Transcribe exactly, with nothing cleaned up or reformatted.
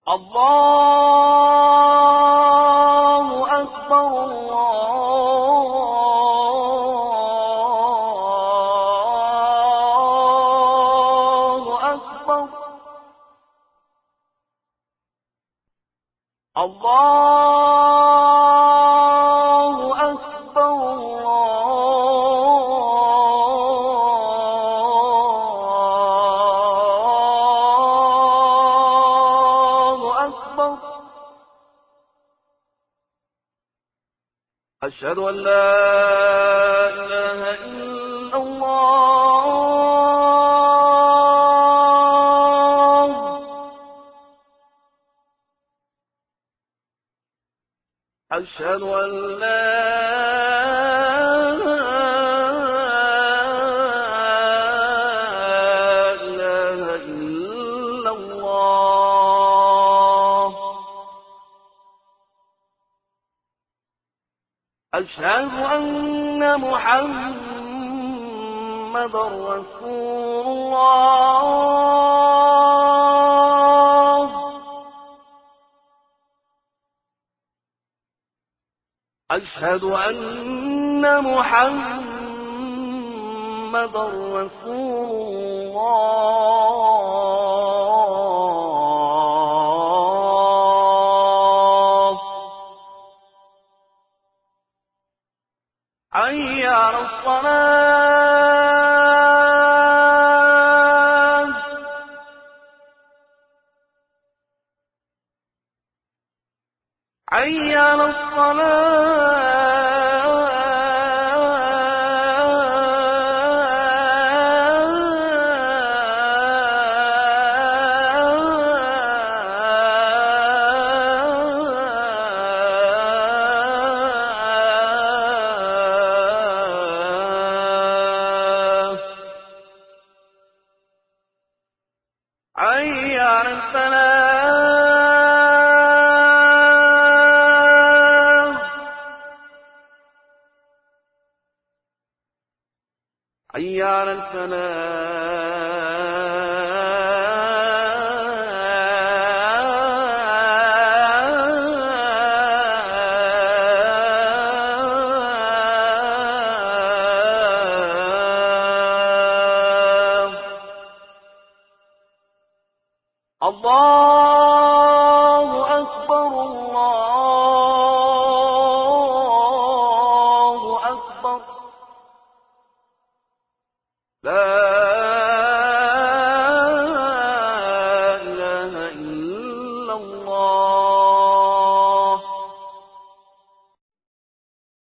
الله أكبر الله أكبر الله أكبر الله أكبر. أشهد أن لا إله إلا الله. أشهد أن لا إله إلا الله. أشهد أن محمدا رسول الله. أشهد أن محمدا رسول الله. حي على الصلاة. حي على الصلاة. حي على الفلاح. حي على الفلاح. الله أكبر الله أكبر. لا إله إلا الله.